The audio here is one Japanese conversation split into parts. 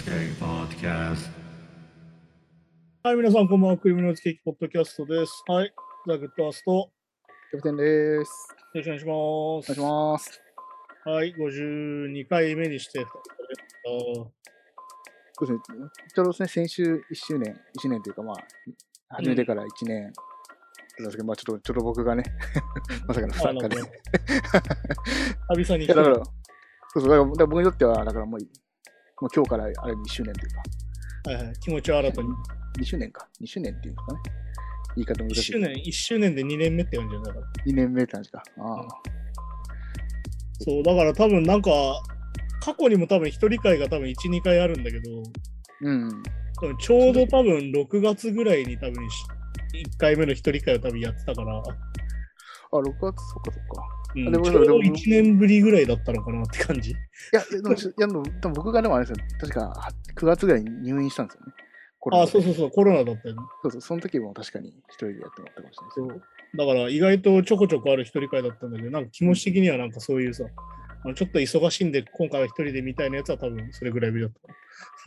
Cake Podcast. はい、皆さん、こんばんは。クリミナルズケーキポッドキャストです。はい、ザ・グッドアースト、よキャプテンです。 ろしくお願いしまおす。 願いします。 はい、52回目にして、 そうですね。ちょうどですね、先週1周年というか、まあ、始めてから1年なんですけど、まあ、ちょっと僕がね、まさかの不参加で。 久々にいや、だから、だから僕にとっては、だからもう今日からある意味1周年というか、 はいはい、気持ちを新たに。 2周年か。2周年っていうんですかね。言い方難しい。 1周年で2年目って感じだから。 2年目って感じか。 そう、だから多分なんか、過去にも多分一人会が多分1、2回あるんだけど、多分ちょうど多分6月ぐらいに多分1回目の一人会を多分やってたから、 6月、そっか。 ちょうど1年ぶりぐらいだったのかなって感じ。 いや、でも多分僕がでもあれですよ。確か9月ぐらいに入院したんですよね。 そう、コロナだったよね。 そう、その時も確かに一人でやってもらったかもしれないです。 だから意外とちょこちょこある一人会だったんだけど、なんか気持ち的にはなんかそういうさ、ちょっと忙しいんで今回は一人でみたいなやつは多分それぐらいぶりだった。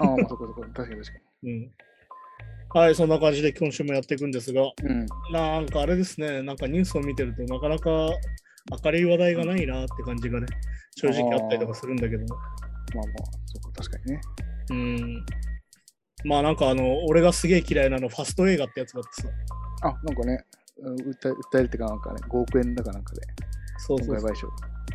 まあそこ、確かに。 はい、そんな感じで今週もやっていくんですが、なんかあれですね、なんかニュースを見てるとなかなか明るい話題がないなって感じがね、正直あったりとかするんだけど。 まあ、そこ確かにね。 まあなんか俺がすげえ嫌いなのファスト映画ってやつがあってさ。 なんかね、訴えるってかなんかね、5億円だかなんかで。 そう。 損害賠償。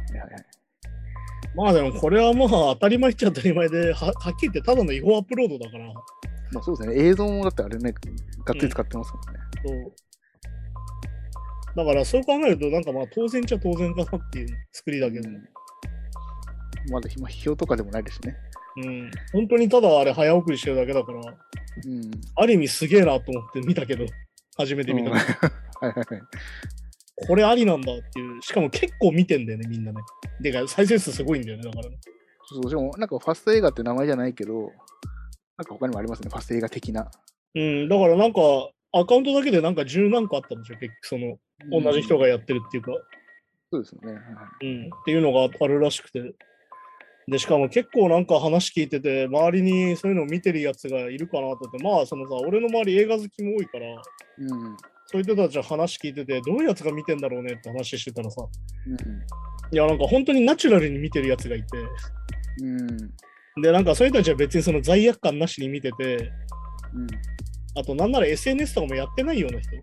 まあでもこれはまあ当たり前っちゃ当たり前で、はっきり言ってただの違法アップロードだから。 まあそうですね、映像もだってあれね、がっつり使ってますもんね。 そう。だからそう考えるとなんかまあ当然っちゃ当然かなっていう作りだけど。 まだ批評とかでもないですしね。 本当にただあれ早送りしてるだけだから、ある意味すげえなと思って見たけど、初めて見たけど。これありなんだっていう、しかも結構見てんだよね、みんなね。でか、再生数すごいんだよね、だからね。 そう、でもなんかファスト映画って名前じゃないけど、なんか他にもありますね、ファスト映画的な。 だからなんか、アカウントだけでなんか10何個あったんでしょ、結局その、同じ人がやってるっていうか。 そうですよね。 っていうのがあるらしくて。で、しかも結構なんか話聞いてて、周りにそういうのを見てるやつがいるかなと思って、まあそのさ、俺の周り映画好きも多いから、そういう人たちは話聞いてて、どういうやつが見てんだろうねって話してたらさ、いやなんか本当にナチュラルに見てるやつがいて、で、なんかそういう人たちは別にその罪悪感なしに見てて、あとなんなら SNS とかもやってないような人。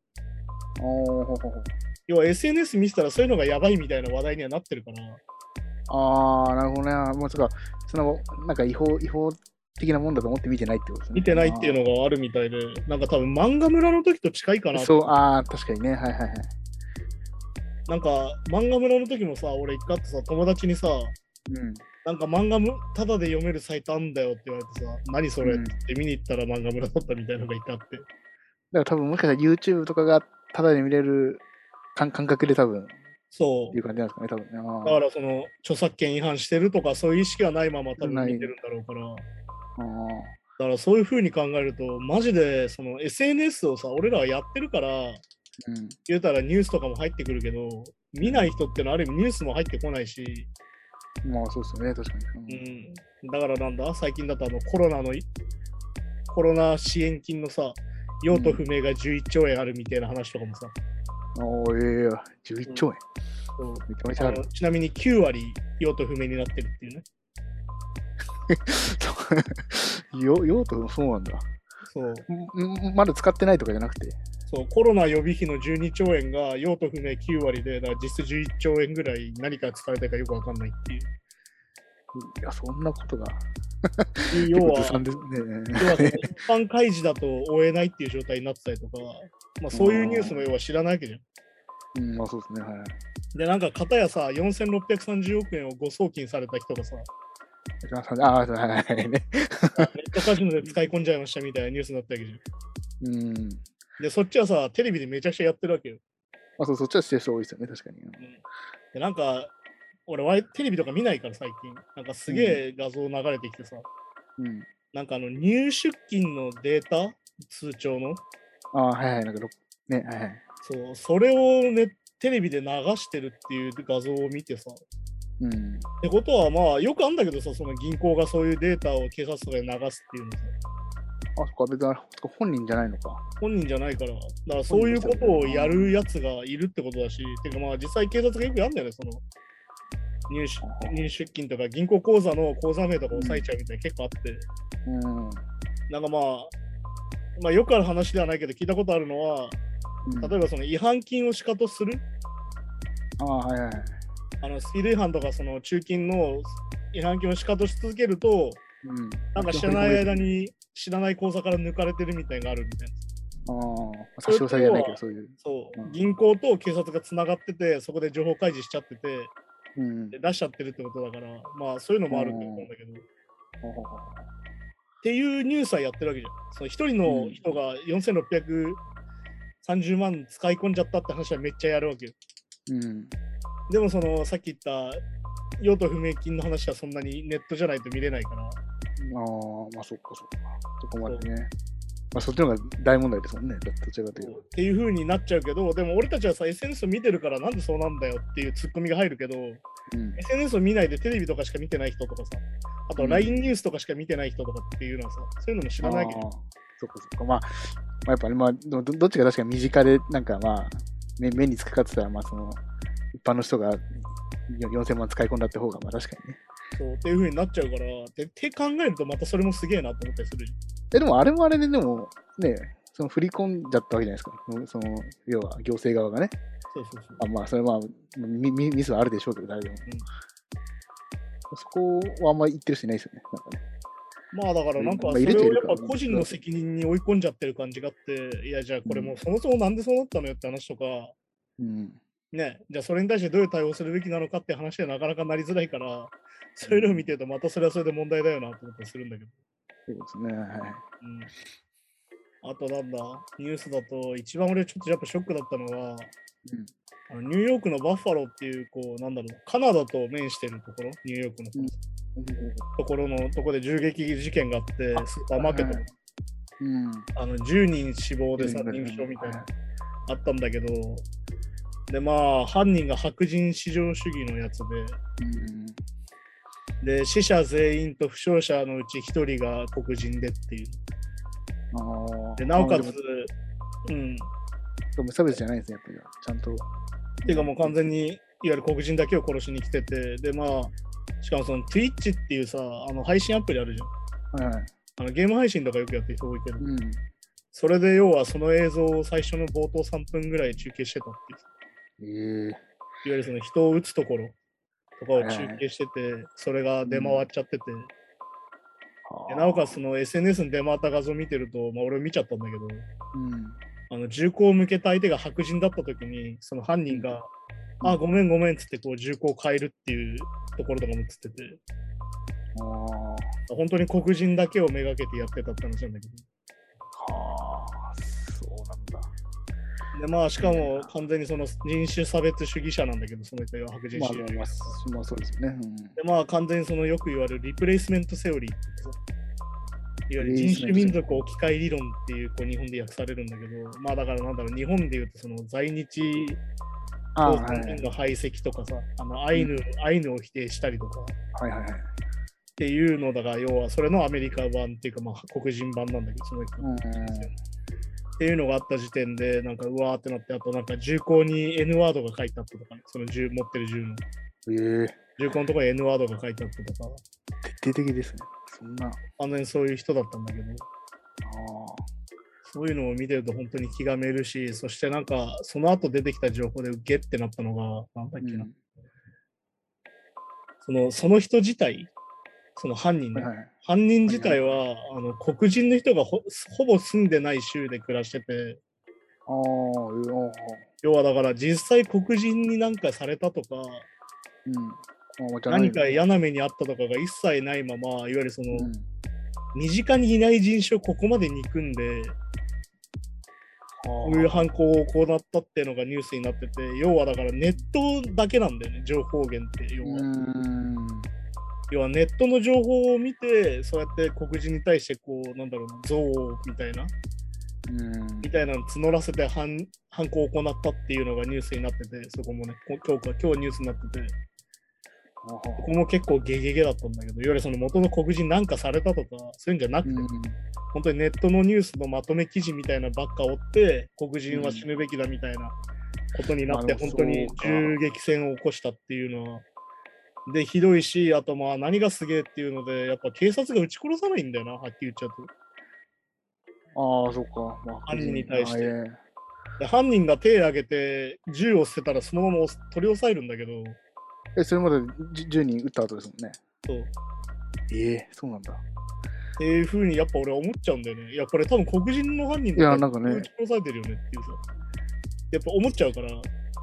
要は SNS 見せたらそういうのがやばいみたいな話題にはなってるから。 なるほどね。もうそのなんか違法的なもんだと思って見てないってことですね。 見てないっていうのがあるみたいで、なんか多分漫画村の時と近いかな。 そう、確かにね。 なんか漫画村の時もさ、俺一回ってさ、友達にさ、なんか漫画タダで読めるサイトあんだよって言われてさ、何それって見に行ったら漫画村だったみたいなのがいたって。 だから多分もしかしたら YouTube とかがタダで見れる感覚で多分。 そう。 いう感じなんですかね、多分ね。 だからその著作権違反してるとかそういう意識はないまま多分見てるんだろうから。だからそういう風に考えると、マジでその SNS をさ、俺らはやってるから、言うたらニュースとかも入ってくるけど、見ない人ってのはある意味ニュースも入ってこないし。 まあそうですよね、確かに。 だからなんだ、最近だとコロナ支援金のさ、用途不明が11兆円あるみたいな話とかもさ。 11兆円。めちゃめちゃある。 ちなみに9割用途不明になってるっていうね。 用途そうなんだ。 そう。 まだ使ってないとかじゃなくて。 そう、コロナ予備費の12兆円が用途不明9割で、だから実質11兆円ぐらい何か使われたかよくわかんないっていう。 いや、そんなことが。 要は、一般開示だと追えないっていう状態になってたりとか、まあそういうニュースも要は知らないわけじゃん。 まあそうですね、はい。 で、なんか片やさ、4630億円を誤送金された人がさ、 はい。 ネットカジノで使い込んじゃいましたみたいなニュースになったわけじゃん。で、そっちはさ、テレビでめちゃくちゃやってるわけよ。 そっちはしてる人多いですよね、確かに。 で、なんか、俺、テレビとか見ないから最近、なんかすげえ画像流れてきてさ、なんか入出金のデータ通帳の。 なんかね、 そう、それをね、テレビで流してるっていう画像を見てさ、 うん。 ってことはまあよくあるんだけどさ、その銀行がそういうデータを警察とかに流すっていうのさ。 あ、そっか、別に本人じゃないのか。 本人じゃないから、だからそういうことをやるやつがいるってことだし、てかまあ実際警察がよくやるんだよね、その入出金とか銀行口座の口座名とか押さえちゃうみたいな結構あって、なんかまあよくある話ではないけど聞いたことあるのは、例えばその違反金をシカトする、 はいはい。 スピード違反とかその中金の違反金をシカトし続けると、なんか知らない間に知らない口座から抜かれてるみたいなのがあるみたいな。 差し押さえじゃないけど、そういう。 そう、銀行と警察がつながってて、そこで情報開示しちゃってて、で出しちゃってるってことだから、まあそういうのもあると思うんだけど。っていうニュースはやってるわけじゃん。その一人の人が4630万使い込んじゃったって話はめっちゃやるわけよ。でもそのさっき言った用途不明金の話はそんなにネットじゃないと見れないから。 まあそっか。そこまでね。まあそっちの方が大問題ですもんね。どちらかというと。 っていう風になっちゃうけど、でも俺たちはさ、SNS を見てるからなんでそうなんだよっていうツッコミが入るけど、SNS を見ないでテレビとかしか見てない人とかさ、あと LINE ニュースとかしか見てない人とかっていうのはさ、そういうのも知らないけど。 そっか。まあやっぱりどっちが確かに身近で、なんかまあ、目につくかって言ったら、まあその、一般の人が4000万使い込んだって方が、まあ確かにね。 そうっていう風になっちゃうから、って考えるとまたそれもすげえなと思ったりするじゃん。 でもあれもあれででもね、その振り込んじゃったわけじゃないですか。その要は行政側がね。 そう。 まあそれはミスはあるでしょうけど、誰でも。そこはあんまり言ってる人いないですよね。なんかね。 まあだからなんかそれをやっぱ個人の責任に追い込んじゃってる感じがあって、いやじゃあこれもそもそもなんでそうなったのよって話とか、ね、じゃあそれに対してどういう対応するべきなのかって話はなかなかなりづらいから、そういうのを見てるとまたそれはそれで問題だよなと思ったりするんだけど。 そうですね。はい。 あとなんだ、ニュースだと一番俺ちょっとやっぱショックだったのは、ニューヨークのバッファローっていうこうなんだろう、カナダと面してるところ、ニューヨークのところで銃撃事件があって、スーパーマーケットの、10人死亡で3人負傷みたいなあったんだけど、でまあ犯人が白人至上主義のやつで、死者全員と負傷者のうち1人が黒人でっていう。でなおかつ、 無差別じゃないですね、やっぱり。ちゃんと。 っていうかもう完全にいわゆる黒人だけを殺しに来てて、でまあ、しかもその Twitch っていうさ、配信アプリあるじゃん。ゲーム配信とかよくやってる人多いけど、それで要はその映像を最初の冒頭3分ぐらい中継してたっていう。いわゆるその人を撃つところとかを中継してて、それが出回っちゃってて、でなおかつその SNS に出回った画像を見てると、まあ俺見ちゃったんだけど、銃口を向けた相手が白人だった時に、その犯人が、ごめんっつってこう銃口を変えるっていうところとかも映ってて、本当に黒人だけをめがけてやってたって話なんだけど。 そうなんだ。 でまあしかも完全にその人種差別主義者なんだけど、その人は白人主義者。 まあそうですよね。 でまあ完全にそのよく言われるリプレイスメントセオリーっていわゆる人種民族置き換え理論っていう、こう日本で訳されるんだけど、まあだからなんだろう、日本でいうとその在日人の排斥とかさ、アイヌを否定したりとか、っていうのだが、要はそれのアメリカ版っていうか、まあ黒人版なんだけど、その人っていうのがあった時点で、なんかうわーってなって、あとなんか銃口に N ワードが書いてあったとかね、その持ってる銃の。銃口のところに N ワードが書いてあったとか。 徹底的ですね。そんな。 完全にそういう人だったんだけど。そういうのを見てると本当に気がめるし、そしてなんかその後出てきた情報でゲッってなったのが、なんだっけな。その人自体、その犯人ね。犯人自体は、黒人の人がほぼ住んでない州で暮らしてて、要はだから実際黒人になんかされたとか、何か嫌な目にあったとかが一切ないまま、いわゆるその、身近にいない人種をここまで憎んで、こういう犯行を行ったっていうのがニュースになってて、要はだからネットだけなんだよね、情報源って。要はネットの情報を見て、そうやって黒人に対してこう、なんだろう、憎悪みたいな、みたいなの募らせて犯行を行ったっていうのがニュースになってて、そこもね、今日ニュースになってて、 ここも結構ゲゲゲだったんだけど、いわゆるその元の黒人なんかされたとか、そういうんじゃなくて、本当にネットのニュースのまとめ記事みたいなばっか追って、黒人は死ぬべきだみたいなことになって、本当に銃撃戦を起こしたっていうのは、で、ひどいし、あとまあ何がすげえっていうので、やっぱ警察が撃ち殺さないんだよな、はっきり言っちゃうと。 ああ、そうか。まあ、 犯人に対して。で犯人が手を挙げて銃を捨てたらそのまま取り押さえるんだけど。 それまで10人撃った後ですもんね。 そう。 そうなんだ。 っていうふうにやっぱ俺は思っちゃうんだよね。いや、これ多分黒人の犯人だから撃ち殺されてるよねっていうさ。やっぱ思っちゃうから。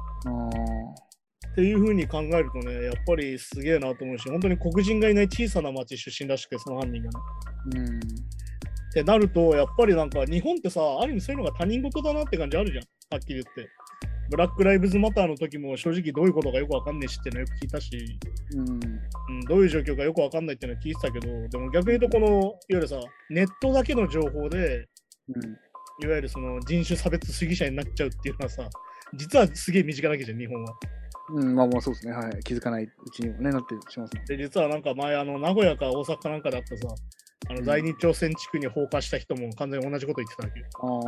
っていうふうに考えるとね、やっぱりすげえなと思うし、本当に黒人がいない小さな町出身らしくて、その犯人がね。ってなると、やっぱりなんか日本ってさ、ある意味そういうのが他人事だなって感じあるじゃん。はっきり言って。ブラック・ライブズ・マターの時も正直どういうことかよくわかんねえしっていうのよく聞いたし、どういう状況かよくわかんないっていうのは聞いてたけど、でも逆に言うとこの、いわゆるさ、ネットだけの情報で、いわゆるその人種差別主義者になっちゃうっていうのはさ、実はすげえ身近だけじゃん、日本は。 まあそうですね。はい。気づかないうちにもね、なってしますね。 で、実はなんか前、名古屋か大阪かなんかであったさ、在日朝鮮地区に放火した人も完全に同じこと言ってたわけ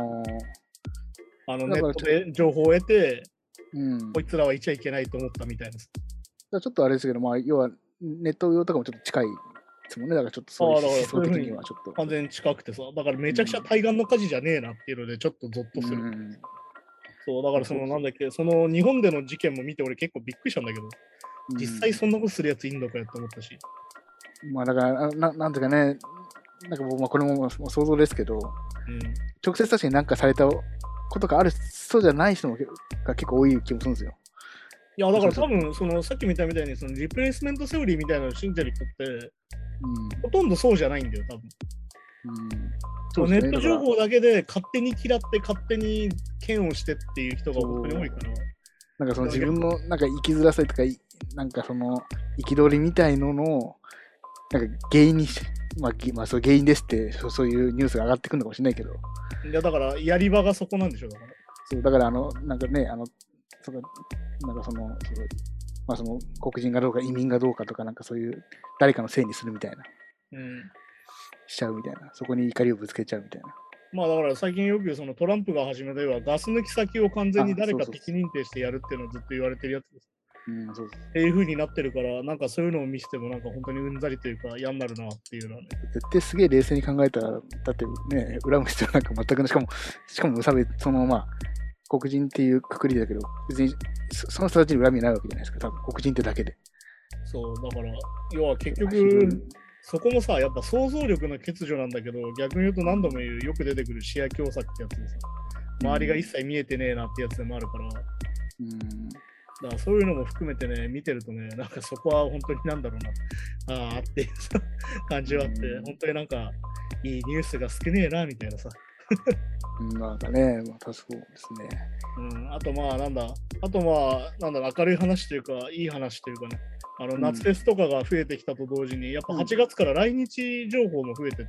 よ。ネットで情報を得て、こいつらは言っちゃいけないと思ったみたいな。 ちょっとあれですけど、まあ、要はネット用とかもちょっと近いですもんね。だからちょっとそういう思想的にはちょっと。 完全に近くてさ、だからめちゃくちゃ対岸の火事じゃねえなっていうので、ちょっとゾッとする。そう、だからそのなんだっけ、その日本での事件も見て俺結構びっくりしたんだけど、実際そんなことするやついんのかよって思ったし。 まあだからなんていうかね、なんかこれも想像ですけど、直接確かになんかされたことがあるそうじゃない人が結構多い気もするんですよ。 いやだから多分そのさっき見たみたいにそのリプレイスメントセオリーみたいなのを信じてる人って、ほとんどそうじゃないんだよ多分。ネット情報だけで勝手に嫌って勝手に嫌悪してっていう人が本当に多いから。 なんかその自分のなんか生きづらさとかなんかその憤りみたいののなんか原因にまあそう原因ですってそういうニュースが上がってくるのかもしれないけど。 いやだからやり場がそこなんでしょだから。 そうだからなんかねなんかまあその黒人がどうか移民がどうかとかなんかそういう誰かのせいにするみたいな。しちゃうみたいな、そこに怒りをぶつけちゃうみたいな。 まあだから最近よくそのトランプが始めたようなガス抜き先を完全に誰か敵認定してやるっていうのをずっと言われてるやつです。っていう風になってるから、なんかそういうのを見せてもなんか本当にうんざりというか嫌になるなっていうのはね。 絶対すげえ冷静に考えたら、だってね、恨む必要なんか全くしかも無差別、そのまあ、黒人っていうくくりだけど、別にその人たちに恨みないわけじゃないですか、多分黒人ってだけで。 そう、だから、要は結局、そこもさ、やっぱ想像力の欠如なんだけど、逆に言うと何度も言う、よく出てくる視野狭窄ってやつでさ、周りが一切見えてねえなってやつでもあるから、だからそういうのも含めてね、見てるとね、なんかそこは本当になんだろうな、ああっていう感じはあって、本当になんか、いいニュースが少ねえな、みたいなさ。 なんかね、まあ、確かですね。 あとまあ、なんだ、明るい話というか、いい話というかね、夏フェスとかが増えてきたと同時に、やっぱ8月から来日情報も増えてて、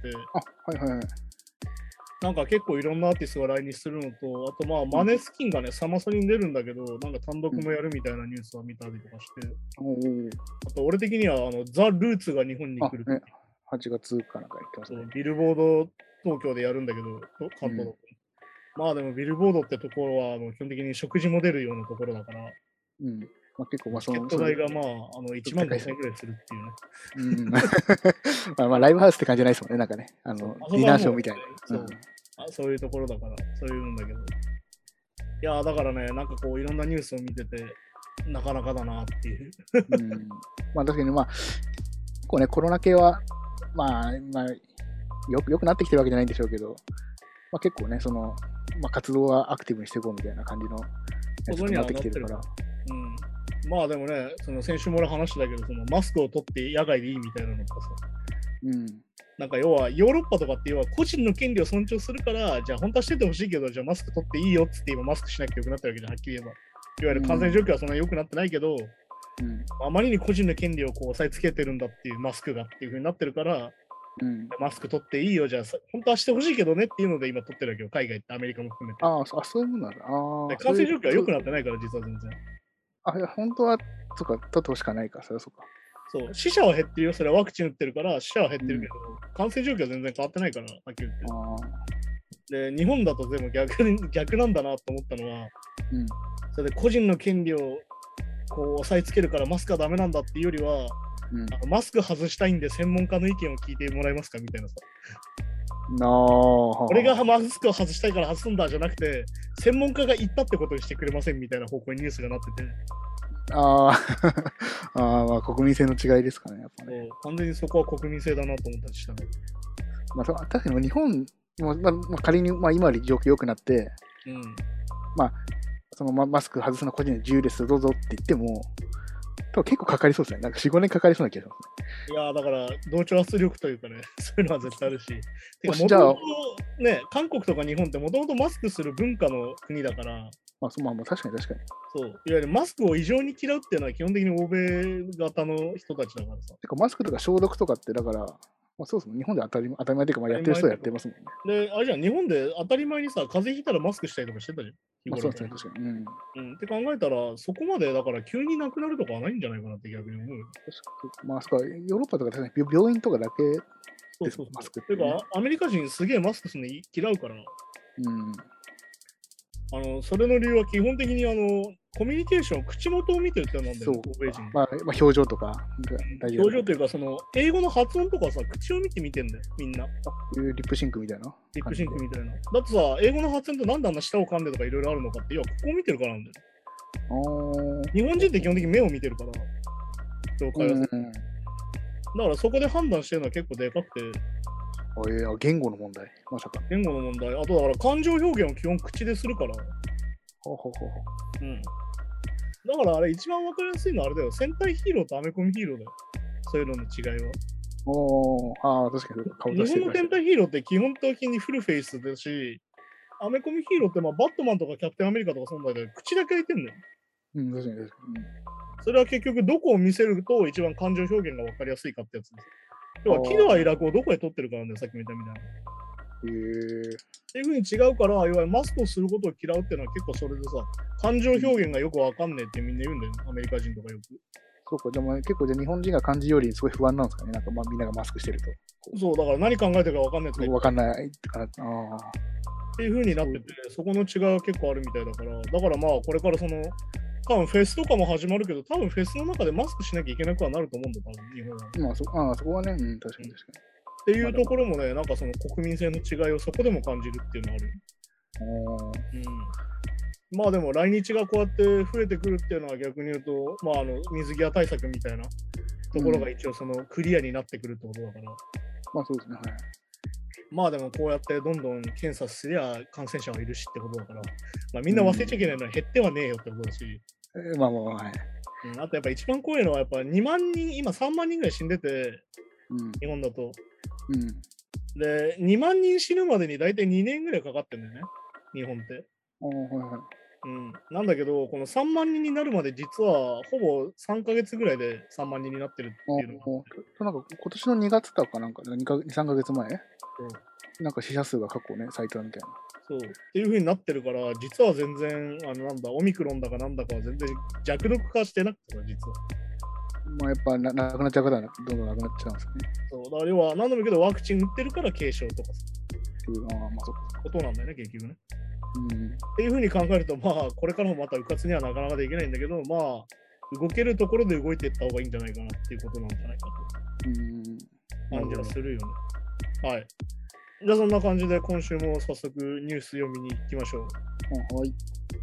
なんか結構いろんなアーティストが来日するのと、あとまあ、マネスキンがね、サマソニに出るんだけど、なんか単独もやるみたいなニュースを見たりとかして、あと俺的にはザ・ルーツが日本に来る。 8月かなんか言ってますね。 ビルボード東京でやるんだけど、関東だと。まあでもビルボードってところは基本的に食事も出るようなところだから、 まあ、結構チケット代がまあ1万5000円くらいするっていうね。 まあライブハウスって感じじゃないですもんね、なんかね。ディナーショーみたいな。 そういうところだから、そういうんだけど。いやだからね、なんかこういろんなニュースを見てて、なかなかだなっていう。 まあ確かにまあ、こうね、コロナ系は、まあ、よくなってきてるわけじゃないんでしょうけど、まあ結構ね、まあ、活動はアクティブにしていこうみたいな感じのやつになってきてるから。 まあでもね、先週も俺話したけど、マスクを取って野外でいいみたいなのとかさ、なんか要はヨーロッパとかって要は個人の権利を尊重するから、じゃあ本当はしててほしいけど、じゃあマスク取っていいよっつって今マスクしなきゃよくなったわけじゃん、はっきり言えば。いわゆる感染状況はそんなに良くなってないけど、あまりに個人の権利をこう押さえつけてるんだっていうマスクがっていう風になってるから、マスク取っていいよ、じゃあ本当はしてほしいけどねっていうので今取ってるわけよ、海外ってアメリカも含めて。 そういうもんなんだ。 感染状況は良くなってないから、実は全然。 本当は、そうか、取ってほしかないか、それはそうか。 そう、死者は減ってるよ。それはワクチン打ってるから死者は減ってるけど、感染状況は全然変わってないから、はっきり言って。で、日本だとでも逆なんだなと思ったのは、それで個人の権利をこう押さえつけるからマスクはダメなんだっていうよりは、マスク外したいんで専門家の意見を聞いてもらえますかみたいなさ。俺がマスクを外したいから外すんだじゃなくて、専門家が言ったってことにしてくれませんみたいな方向にニュースがなってて。 まあ国民性の違いですかね、やっぱね。 完全にそこは国民性だなと思ったりしたね。 まあ、確かに日本、仮に、今より状況良くなって、そのマスク外すの個人の自由ですどうぞって言っても、多分結構かかりそうですね。なんか4、5年かかりそうな気がしますね。 いやだから同調圧力というかね、そういうのは絶対あるし。てかもともとね、韓国とか日本ってもともとマスクする文化の国だから、 確かに。そう。 いわゆるマスクを異常に嫌うっていうのは基本的に欧米型の人たちだからさ。 てかマスクとか消毒とかってだから、そうですね。日本で当たり前というか、やってる人はやってますもんね。で、あれじゃん、日本で当たり前にさ、風邪ひいたらマスクしたりとかしてたじゃん。 そうですね、確かに。 って考えたら、そこまでだから急になくなるとかはないんじゃないかなって逆に思うよ。 ヨーロッパとか確かに病院とかだけですマスクって。 てか、アメリカ人すげえマスクするの嫌うから。それの理由は基本的にコミュニケーション、口元を見てるってなんだよね、欧米人。 表情とか表情というか、英語の発音とかさ、口を見て見てんだよ、みんな。 リップシンクみたいな。 リップシンクみたいな。だってさ、英語の発音ってなんであんな舌を噛んでとかいろいろあるのかって、いや、ここを見てるからなんだよ。日本人って基本的に目を見てるから、だからそこで判断してるのは結構でかくて。 言語の問題、まさか。 言語の問題。あとだから感情表現を基本口でするから。だからあれ一番わかりやすいのはあれだよ。戦隊ヒーローとアメコミヒーローだよ。そういうのの違いは。確かに。 日本の戦隊ヒーローって基本的にフルフェイスだし、アメコミヒーローってバットマンとかキャプテンアメリカとかそんなで口だけ開いてんのよ。 確かに。 それは結局どこを見せると一番感情表現がわかりやすいかってやつです。要は喜怒哀楽をどこで取ってるかなんだよ、さっき見たみたいな。っていうふうに違うから、いわゆるマスクをすることを嫌うっていうのは結構それでさ、感情表現がよくわかんねえってみんな言うんだよね、アメリカ人とかよく。 そうか、でも結構日本人が感じよりすごい不安なんですかね、なんかみんながマスクしてると。 そう、だから何考えてるかわかんないとか。 わかんないかな。 っていうふうになってて、そこの違いは結構あるみたいだから、だからこれから多分フェスとかも始まるけど、多分フェスの中でマスクしなきゃいけなくはなると思うんだ、多分日本は。そこはね、確かに。 っていうところもね、なんかその国民性の違いをそこでも感じるっていうのがある。でも来日がこうやって増えてくるっていうのは逆に言うと、水際対策みたいなところが一応クリアになってくるってことだから。 そうですね、 でもこうやってどんどん検査すりゃ感染者はいるしってことだから、みんな忘れちゃいけないのは減ってはねえよってことだし。あとやっぱ一番怖いのはやっぱ2万人、今3万人ぐらい死んでて、日本だと。で、2万人死ぬまでに大体2年ぐらいかかってるんだよね、日本って。なんだけど、この3万人になるまで実はほぼ3ヶ月ぐらいで3万人になってるっていうのが。 なんか今年の2月とかなんか2、3ヶ月前なんか死者数が過去ね、最多みたいな。 そう。っていう風になってるから、実は全然、オミクロンだかなんだかは全然弱毒化してなくて、実は。 やっぱなくなっちゃう方はどんどんなくなっちゃうんですよね。 そう。だから要は何度も言うけど、ワクチン打ってるから軽症とかさ。ことなんだよね、結局ね。っていう風に考えると、これからもまた迂闊にはなかなかできないんだけど、動けるところで動いていった方がいいんじゃないかなっていうことなんじゃないかと感じはするよね。はい。じゃあそんな感じで今週も早速ニュース読みに行きましょう。 はい。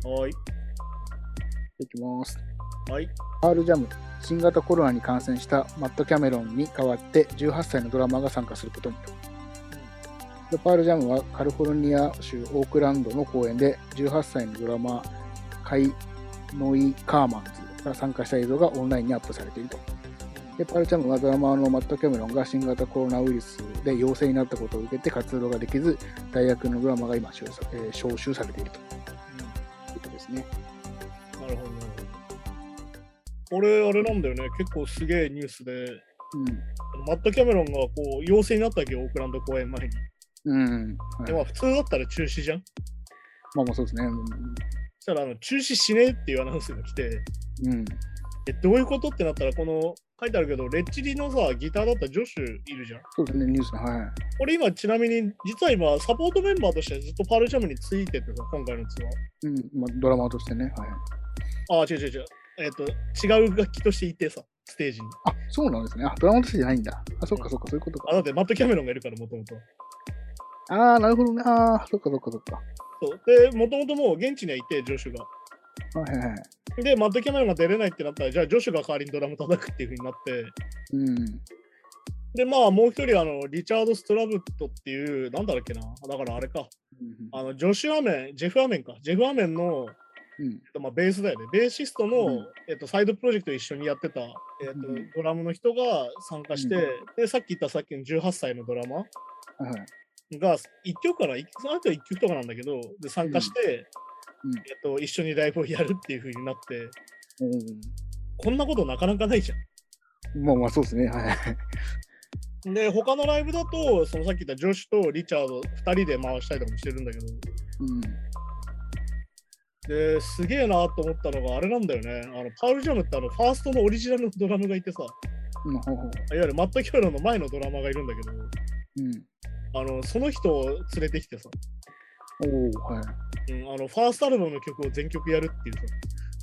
いきます。 はい。 パールジャム、新型コロナに感染したマット・キャメロンに代わって18歳のドラマーが参加することに。パールジャムはカリフォルニア州オークランドの公演で18歳のドラマーカイ・ノイ・カーマンズが参加した映像がオンラインにアップされていると。パールジャムはドラマーのマット・キャメロンが新型コロナウイルスで陽性になったことを受けて活動ができず、大学のドラマが今招集されているということですね。 なるほど。これあれなんだよね、結構すげえニュースで、マット・キャメロンがこう陽性になったわけよ、オークランド公演前に。で普通だったら中止じゃん。 そうですね。 そしたら中止しねえっていうアナウンスが来て、どういうことってなったら、この書いてあるけど、レッチリのさ、ギターだったジョシュいるじゃん。 そうですね、ニュースね。はい。 俺今、ちなみに、実は今、サポートメンバーとしてずっとパールジャムについててさ、今回のツアー。 まあ、ドラマーとしてね。はい。 違う。違う楽器としていてさ、ステージに。 あ、そうなんですね。ドラマとしてじゃないんだ。そっか、そういうことか。 だってマット・キャメロンがいるから、もともと。 なるほどね。そっか。 そうで、もともともう現地にはいて、ジョシュが。 はい。 で、マット・キャメロンが出れないってなったら、じゃあ、ジョシュが代わりにドラム叩くっていう風になって、で、まあ、もう一人、リチャード・ストラブットっていう、なんだっけな、だからあれか、ジェフ・アメンの、まあ、ベースだよね。ベーシストの、サイドプロジェクト一緒にやってた、ドラムの人が参加して、で、さっきの18歳のドラマが1曲かな、その後は1曲とかなんだけど、で参加して、一緒にライブをやるっていう風になって、こんなことなかなかないじゃん。 まあそうですね。はい。 で、他のライブだと、そのさっき言ったジョシュとリチャード2人で回したりとかもしてるんだけど、ですげえなと思ったのがあれなんだよね。パールジャムってファーストのオリジナルのドラムがいてさ、いわゆるマット・キャメロンの前のドラマーがいるんだけど、その人を連れてきてさ、ファーストアルバムの曲を全曲やるっていうさ。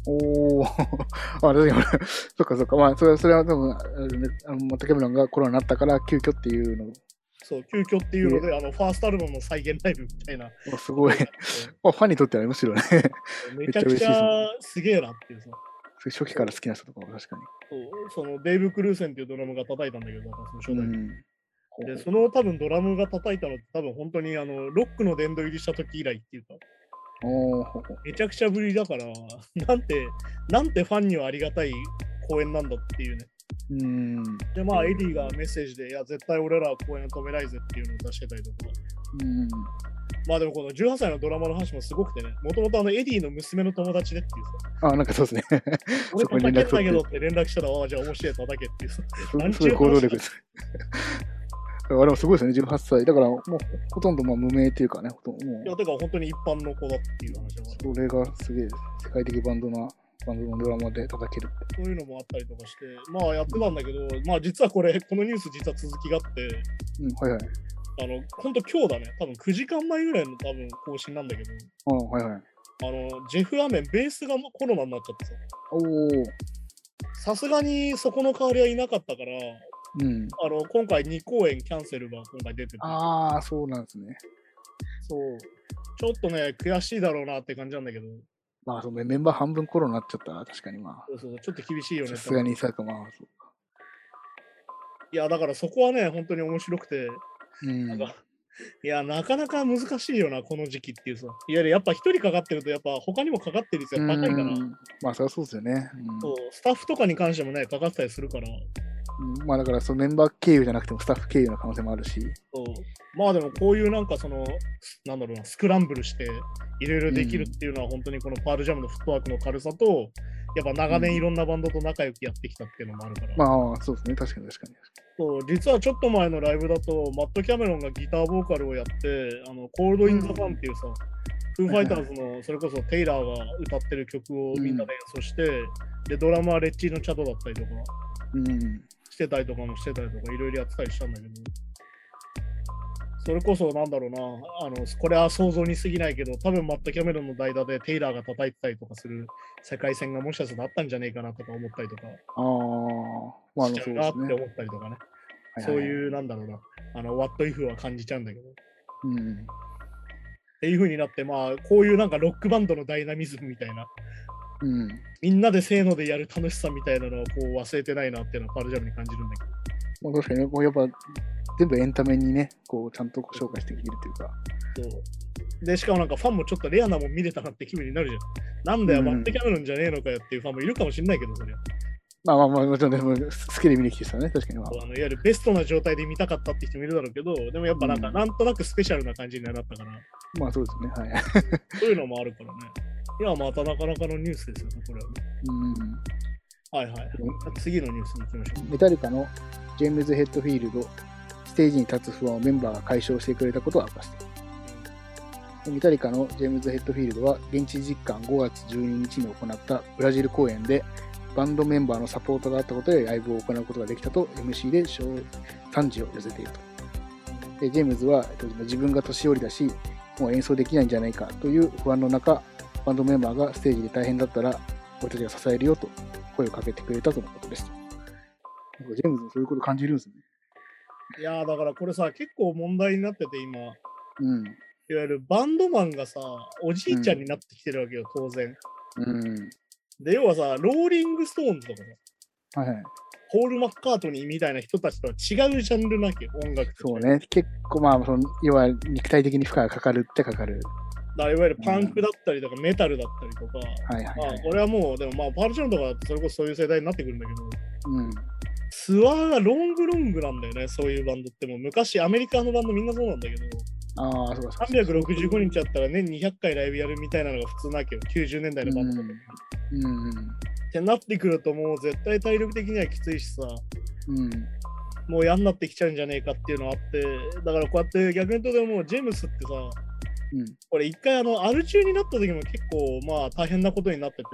そっか。まあ、それは多分、マット・キャメロンがコロナになったから急遽っていうの。 そう、急遽っていうので、ファーストアルバムの再現ライブみたいな。 すごい。ファンにとってはむしろね。 めちゃくちゃすげえなっていうさ。 初期から好きな人とかは確かに。 そのデイブ・クルーセンっていうドラムが叩いたんだけど、その初代で、その多分ドラムが叩いたのって多分本当にロックの殿堂入りした時以来っていうか、めちゃくちゃぶりだから、なんてファンにはありがたい公演なんだっていうね。で、まあ、エディがメッセージで、いや、絶対俺らは公演を止めないぜっていうのを出してたりとか。まあでもこの18歳のドラマの話もすごくてね、もともとエディの娘の友達でっていうさ。なんかそうですね。 俺叩けんだけどって連絡したら、じゃあ面白い叩けっていうさ。 すごい行動力です。でもすごいですね、18歳。だからもうほとんど無名っていうかね、 いや、てか本当に一般の子だっていう話だから。 それがすげえ世界的バンドのドラマで叩けるって。 そういうのもあったりとかして、まあやってたんだけど、まあ実はこのニュース実は続きがあって、ほんと今日だね、多分9時間前ぐらいの多分更新なんだけど、ジェフ・アメン、ベースがコロナになっちゃってさ、さすがにそこの代わりはいなかったから、今回2公演キャンセルが今回出てて。 そうなんですね。 そう。ちょっとね、悔しいだろうなって感じなんだけど。 まあ、メンバー半分コロナになっちゃったら確かにそう、ちょっと厳しいよね。 さすがにそうか。 いや、だからそこはね、本当に面白くて、いや、なかなか難しいよな、この時期っていうさ。いわゆるやっぱ一人かかってると、やっぱ他にもかかってる率が高いから。 まあ、そりゃそうですよね。 そう、スタッフとかに関してもね、かかったりするから。 まあだからそのメンバー経由じゃなくてもスタッフ経由の可能性もあるし。 まあでもこういうなんかなんだろうな、スクランブルしていろいろできるっていうのは本当にこのパールジャムのフットワークの軽さと、やっぱ長年いろんなバンドと仲良くやってきたっていうのもあるから。 まあそうですね、確かに。 そう、実はちょっと前のライブだと、マット・キャメロンがギターボーカルをやって、コールド・イン・ザ・ファンっていうさ、フーファイターズのそれこそテイラーが歌ってる曲をみんなで演奏して、で、ドラマはレッチーのチャドだったりとか、してたりとかいろいろやってたりしたんだけど、それこそなんだろうな、これは想像に過ぎないけど、多分マット・キャメロンの代打でテイラーが叩いてたりとかする世界線がもしかしたらあったんじゃねえかなとか思ったりとか、しちゃうなって思ったりとかね、そういうなんだろうな、What If は感じちゃうんだけど。っていう風になって、まあ、こういうなんかロックバンドのダイナミズムみたいな、みんなでせーのでやる楽しさみたいなのをこう忘れてないなっていうのはパールジャムに感じるんだけど。確かに、やっぱ全部エンタメにね、こうちゃんと紹介していけるというか。 で、しかもなんかファンもちょっとレアなもん見れたなって気分になるじゃん。なんだよ、マット・キャメロンじゃねえのかよっていうファンもいるかもしれないけど、そりゃ。 まあ、もちろんね、好きで見に来てたね、確かに。 いわゆるベストな状態で見たかったって人もいるだろうけど、でもやっぱなんか、なんとなくスペシャルな感じになったから。 まあそうですね、はい。 そういうのもあるからね。いや、またなかなかのニュースですよね、これはね。次のニュースに行きましょう。 メタリカのジェームズ・ヘッドフィールド、ステージに立つ不安をメンバーが解消してくれたことを明かしている。メタリカのジェームズ・ヘッドフィールドは現地実感5月12日に行ったブラジル公演でバンドメンバーのサポートがあったことでライブを行うことができたと MC で賛辞を寄せていると。でジェームズは自分が年寄りだし、もう演奏できないんじゃないかという不安の中、バンドメンバーがステージで大変だったら、俺たちが支えるよと声をかけてくれたとのことです。ジェームズもそういうこと感じるんですね。 いやだからこれさ、結構問題になってて今、いわゆるバンドマンがさ、おじいちゃんになってきてるわけよ、当然。で、要はさ、ローリング・ストーンズとかさ、ポール・マッカートニーみたいな人たちとは違うジャンルなきゃ、音楽と。 そうね、結構要は肉体的に負荷がかかるってかかる。 だからいわゆるパンクだったりとか、メタルだったりとか、これはもう、でもパールチョンとかそれこそそういう世代になってくるんだけど、ツアーがロングなんだよね、そういうバンドっても。昔、アメリカのバンドみんなそうなんだけど、365日あったら年200回ライブやるみたいなのが普通なわけよ、90年代のバンドとか。ってなってくると、もう絶対体力的にはきついしさ、もう嫌になってきちゃうんじゃねえかっていうのがあって、だからこうやって逆に言うと、でもジェームスってさ、これ一回アル中になった時も結構大変なことになってて、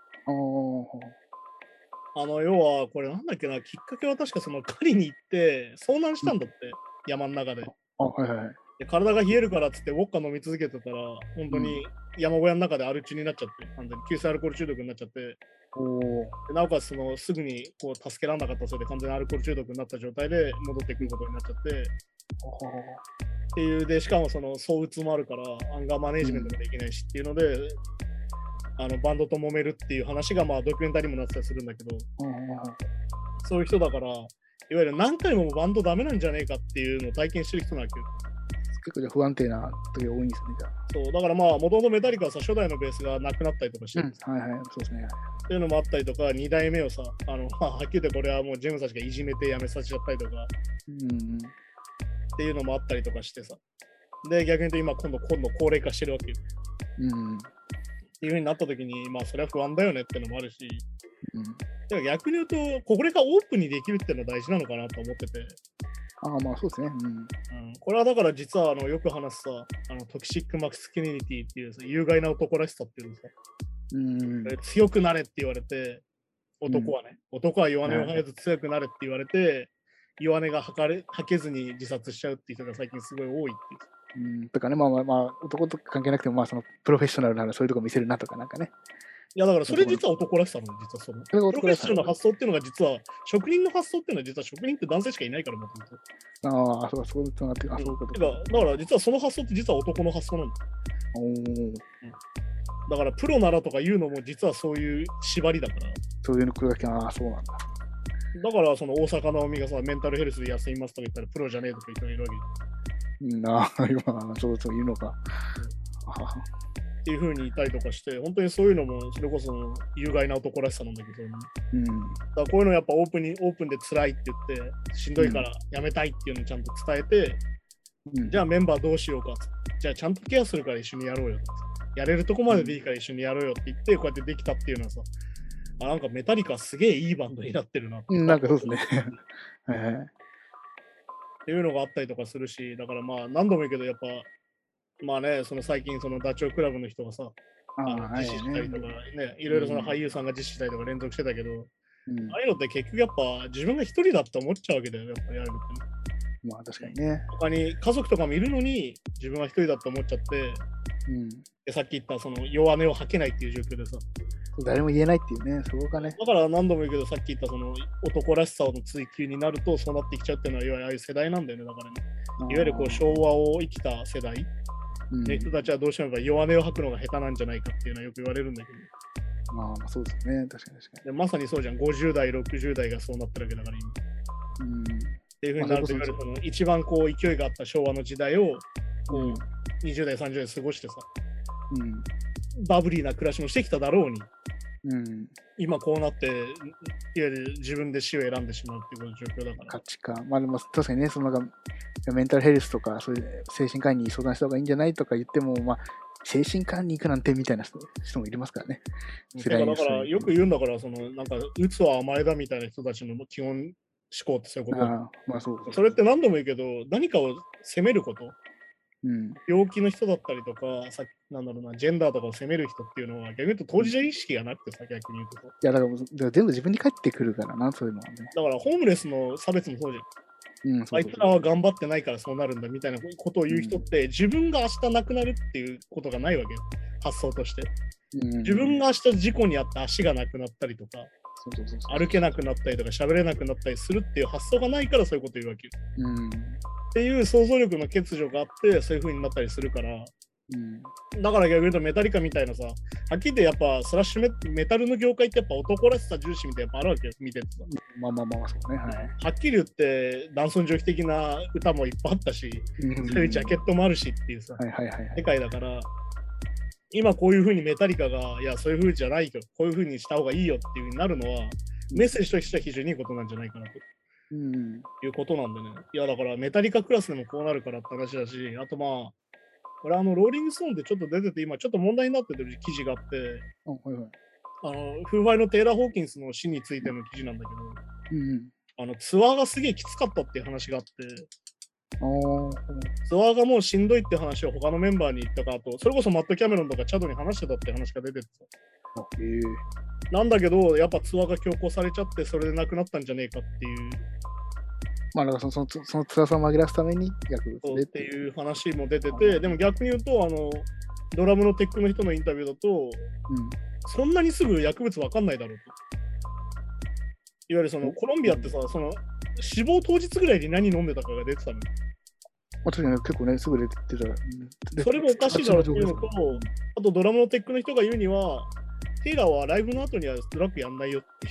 要はこれなんだっけな、きっかけは確かその狩りに行って遭難したんだって、山の中で。で体が冷えるからっつってウォッカ飲み続けてたら、本当に山小屋の中でアル中になっちゃって、完全に急性アルコール中毒になっちゃって、でなおかつすぐにこう助けられなかったせいで完全にアルコール中毒になった状態で戻ってくることになっちゃって、っていう、でしかも躁うつもあるからアンガーマネジメントもできないしっていうので、バンドと揉めるっていう話がドキュメンタリーにもなってたりするんだけど、そういう人だから、いわゆる何回もバンドダメなんじゃねえかっていうのを体験してる人なわけよ。 結構不安定な時が多いんですね、じゃあ。 そう、だからもともとメタリカはさ、初代のベースがなくなったりとかしてる。 そうですね。 っていうのもあったりとか、2代目をさ、はっきり言ってこれはもうジェームスたちがいじめてやめさせちゃったりとか、っていうのもあったりとかしてさ。で、逆に言うと今度高齢化してるわけよ。っていう風になった時に、それは不安だよねってのもあるし、でも逆に言うと、これがオープンにできるっていうのは大事なのかなと思ってて。 そうですね。 これはだから実はよく話すさ、トキシックマスキュリニティっていうさ、有害な男らしさっていうのさ、強くなれって言われて、男は弱音を吐かず強くなれって言われて、弱音が吐けずに自殺しちゃうっていう人が最近すごい多いっていう。 とかね、男と関係なくても、プロフェッショナルならそういうとこ見せるなとかなんかね。 いやだからそれ実は男らしさなの、実はその。プロフェッショナルの発想っていうのが実は、職人の発想っていうのは実は職人って男性しかいないからもともと。 そういうことなってる。そういうことか。だから実はその発想って実は男の発想なんだ。だからプロならとか言うのも実はそういう縛りだから。 そういうの来るだけ、そうなんだ。 だからその大阪直美がさ、メンタルヘルスで休みますとか言ったらプロじゃねえとか言っているわけ。 今、そう言うのか。 っていう風に言ったりとかして、本当にそういうのもそれこそ有害な男らしさなんだけど、だからこういうのやっぱオープンで辛いって言って、しんどいからやめたいっていうのをちゃんと伝えて、じゃあメンバーどうしようか、じゃあちゃんとケアするから一緒にやろうよ、やれるとこまででいいから一緒にやろうよって言って、こうやってできたっていうのはさ、なんかメタリカすげえいいバンドになってるなって。 なんかそうですね。 っていうのがあったりとかするし、だから何度も言うけど、やっぱその最近そのダチョウ倶楽部の人がさ、自死したりとかね、いろいろその俳優さんが自死したりとか連続してたけど、ああいうのって結局やっぱ自分が一人だって思っちゃうわけだよね、やっぱやるってね。 確かにね。 他に家族とかもいるのに自分は一人だって思っちゃって、でさっき言ったその弱音を吐けないっていう状況でさ。 誰も言えないっていうね、そこがね。 だから何度も言うけど、さっき言ったその男らしさの追求になるとそうなってきちゃうっていうのは、いわゆるああいう世代なんだよね、だからね。いわゆるこう昭和を生きた世代。人たちはどうしても弱音を吐くのが下手なんじゃないかっていうのはよく言われるんだけど。そうですね、確かにでまさにそうじゃん、50代、60代がそうなってるわけだから今。っていうふうになると、いわゆるその一番こう勢いがあった昭和の時代をこう20代、30代過ごしてさ、バブリーな暮らしもしてきただろうに、今こうなって、いわゆる自分で死を選んでしまうっていう状況だから。 価値観。でも確かにね、そのなんかメンタルヘルスとか、そういう精神科医に相談した方がいいんじゃないとか言っても、精神科に行くなんてみたいな人もいりますからね。 だからよく言うんだから、そのなんか、うつは甘えだみたいな人たちの基本思考ってそういうこと。それって何度も言うけど、何かを責めること。 病気の人だったりとか、なんだろうな、ジェンダーとかを責める人っていうのは、逆に言うと当事者意識がなくてさ、逆に言うと。いや、だから全部自分に返ってくるからな、そういうのはね。 だから、ホームレスの差別もそうじゃん。あいつらは頑張ってないからそうなるんだみたいなことを言う人って、自分が明日亡くなるっていうことがないわけよ、発想として。自分が明日事故に遭って足がなくなったりとか、歩けなくなったりとか喋れなくなったりするっていう発想がないからそういうこと言うわけよ。っていう想像力の欠如があってそういう風になったりするから、だから逆に言うとメタリカみたいなさ、はっきり言ってやっぱスラッシュメタルの業界ってやっぱ男らしさ重視みたいなやっぱあるわけよ、見ててさ。 まあそうね、はい。 はっきり言って男尊女卑的な歌もいっぱいあったし、そういうジャケットもあるしっていうさ、世界だから、今こういう風にメタリカが、いやそういう風じゃないよ、こういう風にした方がいいよっていう風になるのは、メッセージとしては非常にいいことなんじゃないかなと。いうことなんでね。いやだからメタリカクラスでもこうなるからって話だし、あとまあ、これローリングストーンでちょっと出てて、今ちょっと問題になってる記事があって、フーファイのテイラー・ホーキンスの死についての記事なんだけど、ツアーがすげえきつかったっていう話があって、ツアーがもうしんどいって話を他のメンバーに言ったかと、それこそマット・キャメロンとかチャドに話してたって話が出ててなんだけど、やっぱツアーが強行されちゃって、それでなくなったんじゃねえかっていう。 まあ、だからその辛さを紛らわすために薬物でっていう話も出てて、でも逆に言うと、ドラムのテックの人のインタビューだと、そんなにすぐ薬物わかんないだろうと。いわゆるそのコロンビアってさ、その死亡当日ぐらいに何飲んでたかが出てたの。 確かに結構ね、すぐ出てた。それもおかしいだろうっていうのと、あとドラムのテックの人が言うには、テイラーはライブの後にはドラッグやんないよっていう。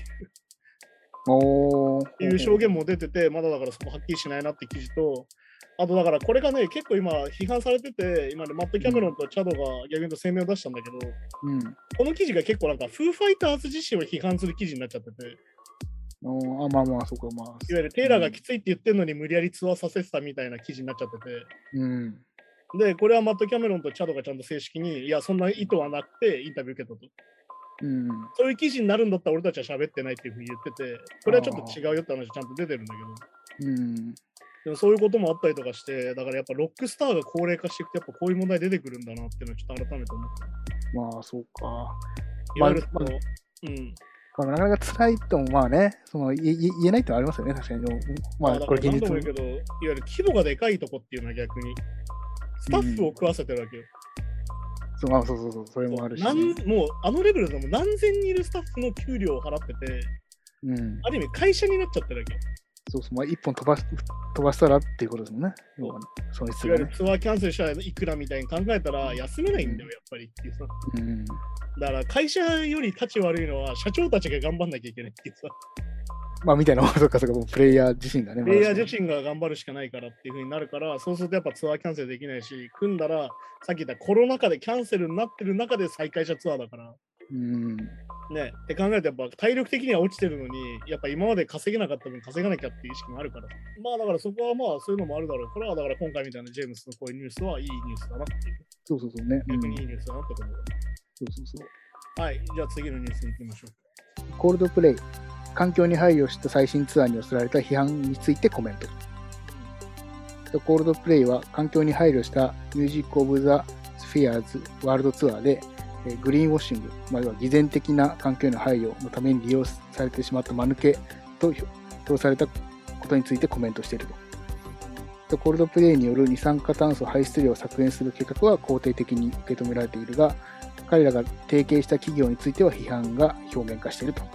っていう証言も出てて、まだだからそこはっきりしないなって記事と、あとだからこれがね、結構今批判されてて、今ね、マット・キャメロンとチャドが逆に言うと声明を出したんだけど、この記事が結構なんかフーファイターズ自身を批判する記事になっちゃってて、 まあ、そうか、まあ。 いわゆるテイラーがきついって言ってるのに無理やりツアーさせてたみたいな記事になっちゃってて、で、これはマット・キャメロンとチャドがちゃんと正式に、いや、そんな意図はなくてインタビュー受けたと。そういう記事になるんだったら俺たちは喋ってないっていうふうに言ってて、これはちょっと違うよって話ちゃんと出てるんだけど、でもそういうこともあったりとかして、だからやっぱロックスターが高齢化していくと、やっぱこういう問題出てくるんだなっていうのをちょっと改めて思って。 まあ、そうか。 いわゆるなかなか辛いとも、まあね、言えないってのはありますよね、確かに。 まあ、これ現実も言うけど、いわゆる規模がでかいとこっていうのは逆に、スタッフを食わせてるわけよ。 そう、それもあるし、 もうレベルでも何千人いるスタッフの給料を払ってて、ある意味会社になっちゃってるわけよ。 まあ、一本飛ばしたらっていうことですもんね。 いわゆるツアーキャンセルしたらいくらみたいに考えたら休めないんだよ、やっぱりっていうさ。だから会社より立ち悪いのは社長たちが頑張んなきゃいけないっていうさ。 まあみたいな、そうか、プレイヤー自身がね。 プレイヤー自身が頑張るしかないからっていう風になるから、そうするとやっぱツアーキャンセルできないし、組んだら、さっき言ったコロナ禍でキャンセルになってる中で再開したツアーだから。ね、って考えるとやっぱ体力的には落ちてるのに、やっぱ今まで稼げなかった分稼がなきゃっていう意識もあるから。まあだからそこはまあそういうのもあるだろう。これはだから今回みたいなジェームスのこういうニュースはいいニュースだなっていう。 そうね。 逆にいいニュースだなってこと。はい、じゃあ次のニュースに行きましょう。コールドプレイ。環境に配慮した最新ツアーに寄せられた批判についてコメント。コールドプレイは環境に配慮したミュージック・オブ・ザ・スフィアーズワールドツアーでグリーンウォッシング、まあ、偽善的な環境への配慮のために利用されてしまった間抜けと評されたことについてコメントしていると。コールドプレイによる二酸化炭素排出量を削減する計画は肯定的に受け止められているが、彼らが提携した企業については批判が表面化していると。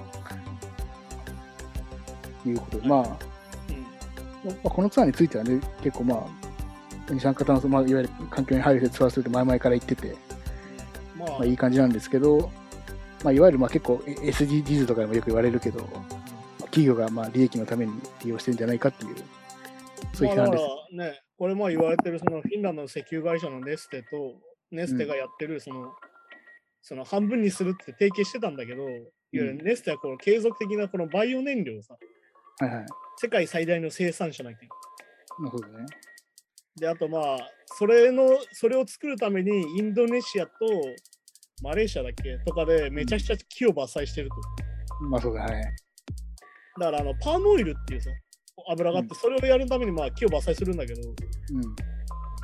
いうことで、まあ、このツアーについてはね、結構まあ、二酸化炭素、まあ、いわゆる環境に配慮してツアーするって前々から言ってて、まあいい感じなんですけど、まあ、いわゆるまあ結構 SDGs とかでもよく言われるけど、企業がまあ利益のために利用してるんじゃないかっていう、そういう批判です。 ね、これも言われてるそのフィンランドの石油会社のネステがやってるその半分にするって提携してたんだけど、いわゆるネステはこの継続的なこのバイオ燃料をさ、世界最大の生産者だけど。 なるほどね。 で、あとまあ、それを作るためにインドネシアとマレーシアだっけとかでめちゃくちゃ木を伐採してると。 まあそうだね。 だからパームオイルっていうさ、油があって、それをやるためにまあ木を伐採するんだけど、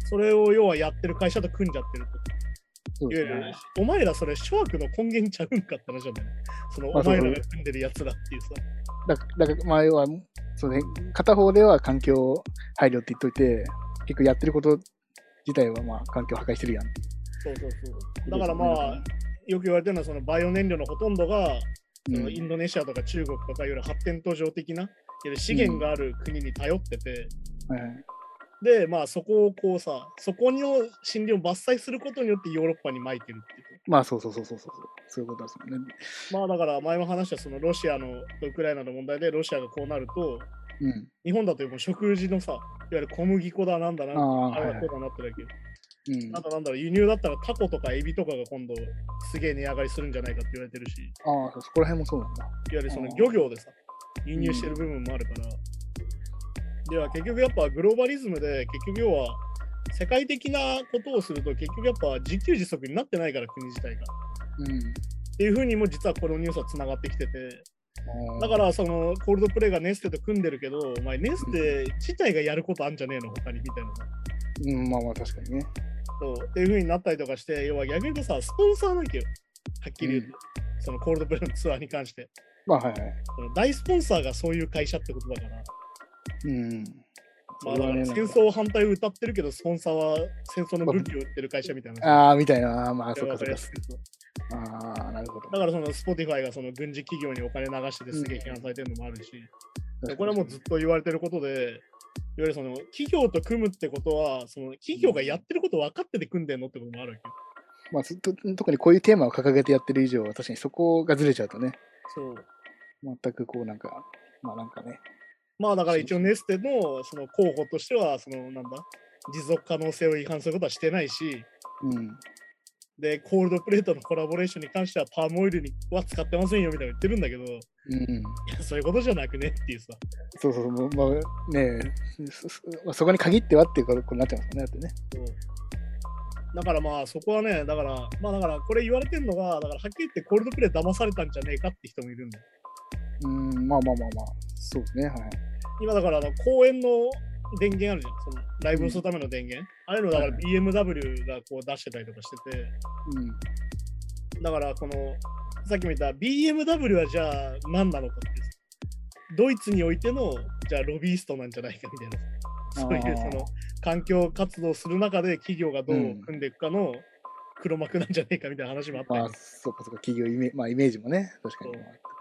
それを要はやってる会社と組んじゃってると。 そうですね。 お前らそれ諸悪の根源ちゃうんかって話なんだよね。そのお前らが組んでるやつらっていうさ。 だからまあ要はそうね、片方では環境配慮って言っといて、結構やってること自体はまあ環境破壊してるやんっていう。 そうそうそう。だからまあ、よく言われてるのはそのバイオ燃料のほとんどが、そのインドネシアとか中国とかいわゆる発展途上的な資源がある国に頼ってて、 はいはい、 で、まあそこをこうさ、そこの森林を伐採することによってヨーロッパに撒いてるっていう。 まあそういうことですよね。 まあだから前も話したそのロシアのウクライナの問題でロシアがこうなると、日本だともう食事のさ、いわゆる小麦粉だなんだなんだ、あれはこうだなってるわけよ。あとなんだろう、輸入だったらタコとかエビとかが今度すげえ値上がりするんじゃないかって言われてるし、 ああ、そこら辺もそうなんだ。いわゆるその漁業でさ、輸入してる部分もあるから、では結局やっぱグローバリズムで結局要は世界的なことをすると結局やっぱ自給自足になってないから国自体が。っていうふうにも実はこのニュースはつながってきてて、だからそのコールドプレイがネステと組んでるけど、お前ネステ自体がやることあんじゃねえの他にみたいなさ。 まあまあ確かにね。 そうっていう風になったりとかして、要は逆に言うとさ、スポンサーなきゃよ。はっきり言うと、そのコールドプレイのツアーに関して。 まあはいはい。 大スポンサーがそういう会社ってことだから。まあだから戦争反対を歌ってるけど、スポンサーは戦争の武器を売ってる会社みたいな。 ああ、みたいな。まあそうかそうか。ああ、なるほど。 だからその Spotify がその軍事企業にお金流しててすげえ批判されてるのもあるし、これはもうずっと言われてることで、いわゆるその企業と組むってことは、その企業がやってること分かってて組んでんのってこともあるわけよ。 まあ、特にこういうテーマを掲げてやってる以上は、確かにそこがずれちゃうとね。 そう。 全くこうなんか、まあなんかね。 まあだから一応ネステのその候補としては、そのなんだ、持続可能性を違反することはしてないし、で、コールドプレートのコラボレーションに関してはパームオイルは使ってませんよみたいな言ってるんだけど、いやそういうことじゃなくねっていうさ。 そう、まあねそこに限ってはっていうことになっちゃいますよね、だってね。 だからまあそこはね、だからこれ言われてるのが、だからはっきり言ってコールドプレイ騙されたんじゃねえかって人もいるんだよ。 まあ、そうですね、はい。 今だから公園の電源あるじゃん、そのライブをするための電源。あれのだから BMW がこう出してたりとかしてて、だからこのさっきも言った BMW はじゃあ何なのかってドイツにおいてのじゃあロビーストなんじゃないかみたいな、そういうその環境活動する中で企業がどう組んでいくかの黒幕なんじゃないかみたいな話もあったり、 そうか企業イメージもね、確かに。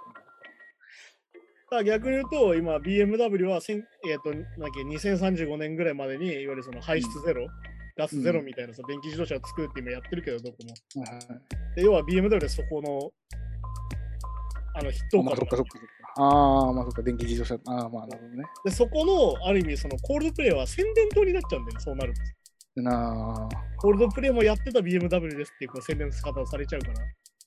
ただ逆に言うと、今 BMW は2035年ぐらいまでにいわゆるその排出ゼロ、ガスゼロみたいなさ、電気自動車を作るって今やってるけど、どこも。で要は BMW でそこの筆頭感が。まあそっか、電気自動車。まあなるほどね。 で、そこのある意味、そのコールドプレイは宣伝塔になっちゃうんだよ、そうなると。コールドプレイもやってた BMW ですっていう宣伝の仕方をされちゃうから。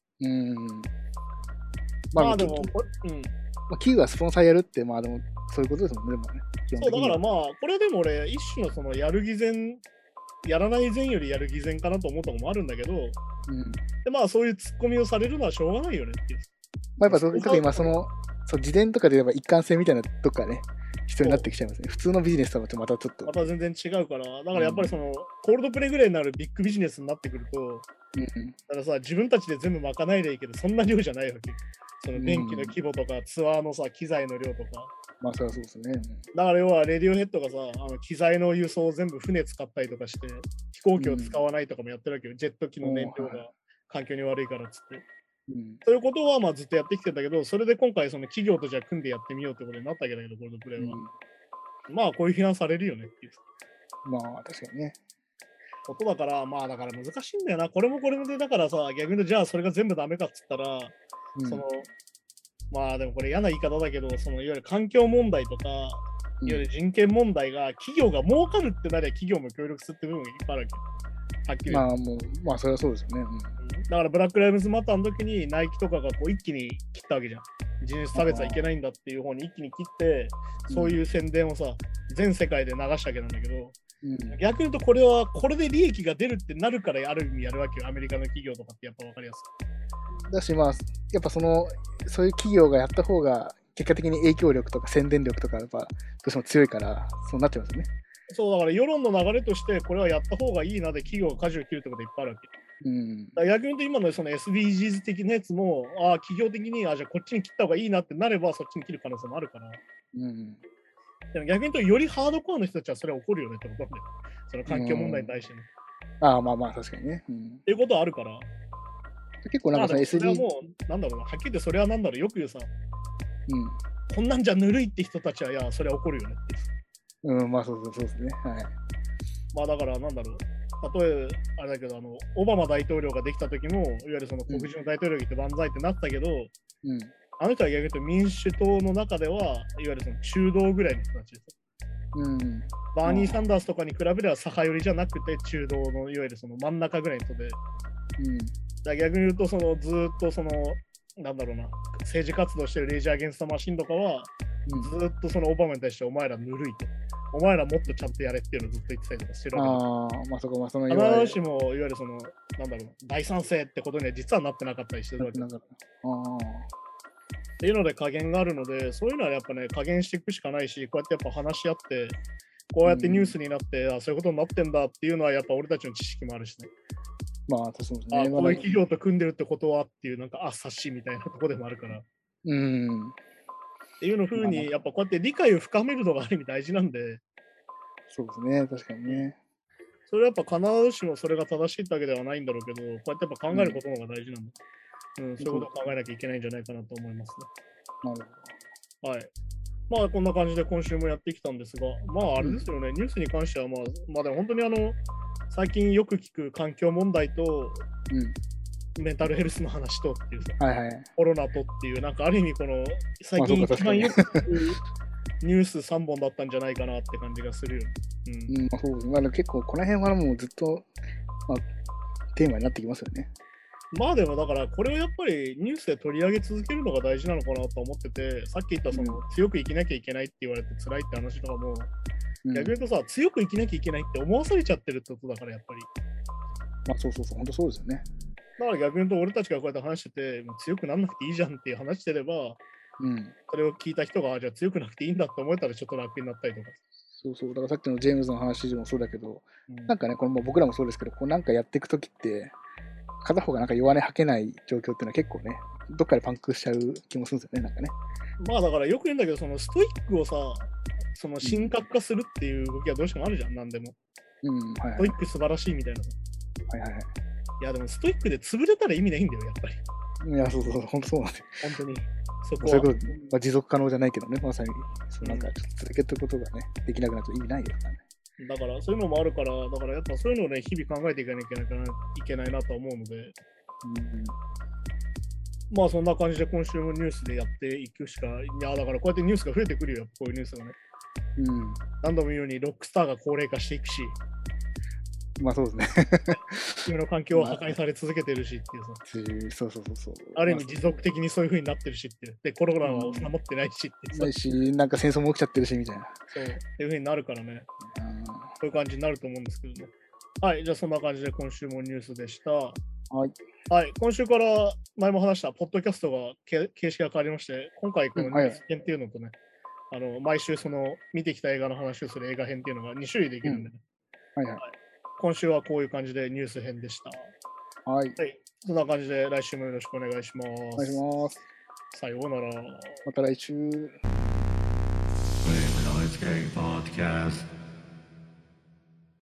まあでも、 企業がスポンサーやるって、まあでも、そういうことですもんね、でもね。 そう、だからまあ、これでも俺、一種のそのやる偽善、やらない善よりやる偽善かなと思ったのもあるんだけど、でまあ、そういうツッコミをされるのはしょうがないよねっていう。 まあ、やっぱ特に今、自伝とかで言えば一貫性みたいなとこがね、必要になってきちゃいますね。普通のビジネスとはまたちょっと。 また全然違うから、だからやっぱりその、コールドプレイぐらいになるビッグビジネスになってくると、だからさ、自分たちで全部賄えりゃいいけど、そんな量じゃないわけ。その電気の規模とか、ツアーのさ、機材の量とか。 まあ、そりゃそうですね。 だから要は、レディオヘッドがさ、機材の輸送を全部船使ったりとかして、飛行機を使わないとかもやってるわけよ。ジェット機の燃料が環境に悪いからっつって。そういうことはまあずっとやってきてたけど、それで今回その企業とじゃあ組んでやってみようってことになったわけだけど、コールドプレイは。まあこういう批判されるよねっていう。 まあ確かにね。 ことだから、まあだから難しいんだよな。これもこれでだからさ、逆に言うとじゃあそれが全部ダメかっつったら、その、まあでもこれ嫌な言い方だけど、そのいわゆる環境問題とか、いわゆる人権問題が企業が儲かるってなりゃ企業も協力するって部分がいっぱいあるわけど。はっきり言う。 まあそれはそうですよね。 だからブラック・ライブズ・マターの時にナイキとかがこう一気に切ったわけじゃん。人種差別はいけないんだっていう方に一気に切って、そういう宣伝をさ、全世界で流したわけなんだけど、逆に言うとこれはこれで利益が出るってなるからある意味やるわけよ。アメリカの企業とかってやっぱ分かりやすい。だしまあやっぱそういう企業がやった方が結果的に影響力とか宣伝力とかやっぱどうしても強いからそうなっちゃいますよね。 そうだから世論の流れとしてこれはやった方がいいなで企業が舵を切るってこといっぱいあるわけ。だから逆に言うと今のその SDGs 的なやつも企業的にじゃあこっちに切った方がいいなってなればそっちに切る可能性もあるから。でも逆に言うとよりハードコアの人たちはそれは起こるよねってことなんだよ。その環境問題に対してね。 まあまあ確かにね。 っていうことはあるから。 結構なんかその SDGs それはもうなんだろうな、はっきり言ってそれはなんだろう、よく言うさ、こんなんじゃぬるいって人たちは、いや、それは起こるよねって。 まあそうですね。はい。 まあだからなんだろう、例えばあれだけど、オバマ大統領ができた時も、いわゆるその黒人の大統領が来て万歳ってなったけど、あの人は逆に言うと民主党の中では、いわゆるその中道ぐらいの人たちです。バーニー・サンダースとかに比べれば左派寄りじゃなくて中道のいわゆるその真ん中ぐらいの人で、だ逆に言うとそのずっとそのなんだろうな政治活動してるレイジャー・アゲンスト・マシンとかは、ずっとそのオバマに対してお前らぬるいと、お前らもっとちゃんとやれっていうのをずっと言ってたりとかしてるわけです。必ずしもいわゆるそのなんだろう大賛成ってことには実はなってなかったりしてるわけです。っていうので加減があるので、そういうのはやっぱね加減していくしかないし、こうやってやっぱ話し合ってこうやってニュースになって、そういうことになってんだっていうのはやっぱ俺たちの知識もあるしね。 まあ、そうですね。 こういう企業と組んでるってことはっていう、なんか、察しみたいなところでもあるから。っていうのふうに、やっぱこうやって理解を深めるのがある意味大事なんで。 そうですね、確かにね。 それはやっぱ必ずしもそれが正しいってわけではないんだろうけど、こうやってやっぱ考えることの方が大事なんだ。そういうことを考えなきゃいけないんじゃないかなと思いますね。なるほど。はい。まあこんな感じで今週もやってきたんですが、まああれですよね、ニュースに関してはまあでも本当に最近よく聞く環境問題と、メンタルヘルスの話とっていうさ、コロナとっていう、なんかある意味この最近一番よく聞くニュース3本だったんじゃないかなって感じがするよ。 そうですね。結構この辺はもうずっと、テーマになってきますよね。 まあでもだからこれをやっぱりニュースで取り上げ続けるのが大事なのかなと思ってて、さっき言ったその強く生きなきゃいけないって言われて辛いって話とかも、逆に言うとさ、強く生きなきゃいけないって思わされちゃってるってことだからやっぱり。 そう、本当そうですよね。 だから逆に言うと俺たちがこうやって話してて、もう強くなんなくていいじゃんっていう話してれば、それを聞いた人がじゃあ強くなくていいんだって思えたらちょっと楽になったりとか。 そう、だからさっきのジェームズの話でもそうだけど、なんかね、これも僕らもそうですけど、こうなんかやっていくときって、片方がなんか弱音吐けない状況っていうのは結構ね、どっかでパンクしちゃう気もするんですよね、なんかね。 まあだからよく言うんだけど、そのストイックをさ、その神格化するっていう動きはどうしてもあるじゃん、なんでも。ストイック素晴らしいみたいな。いやでもストイックで潰れたら意味ないんだよ、やっぱり。 いや、そう、本当そうなんですよ。 本当に。 そこは。そういうこと、持続可能じゃないけどね、まさに、なんか続けてることがね、できなくなると意味ないですからね。 だからそういうのもあるから、だからやっぱそういうのをね、日々考えていかなきゃいけないなと思うので、まあそんな感じで今週もニュースでやっていくしか、いやだからこうやってニュースが増えてくるよ、こういうニュースがね。何度も言うようにロックスターが高齢化していくし、 まあそうですね。 地球の環境は破壊され続けてるしっていうさ。 そう。 ある意味持続的にそういう風になってるしっていう。で、コロナは収まってないしっていう。 ないし、なんか戦争も起きちゃってるしみたいな。 そう。っていう風になるからね。そういう感じになると思うんですけどね。はい。じゃあそんな感じで今週もニュースでした。はい。今週から前も話したポッドキャストが形式が変わりまして、今回このニュース編っていうのとね、毎週その見てきた映画の話をする映画編っていうのが2種類できるんでね。今週はこういう感じでニュース編でした。はい。そんな感じで来週もよろしくお願いします。 お願いします。 さようなら。 また来週。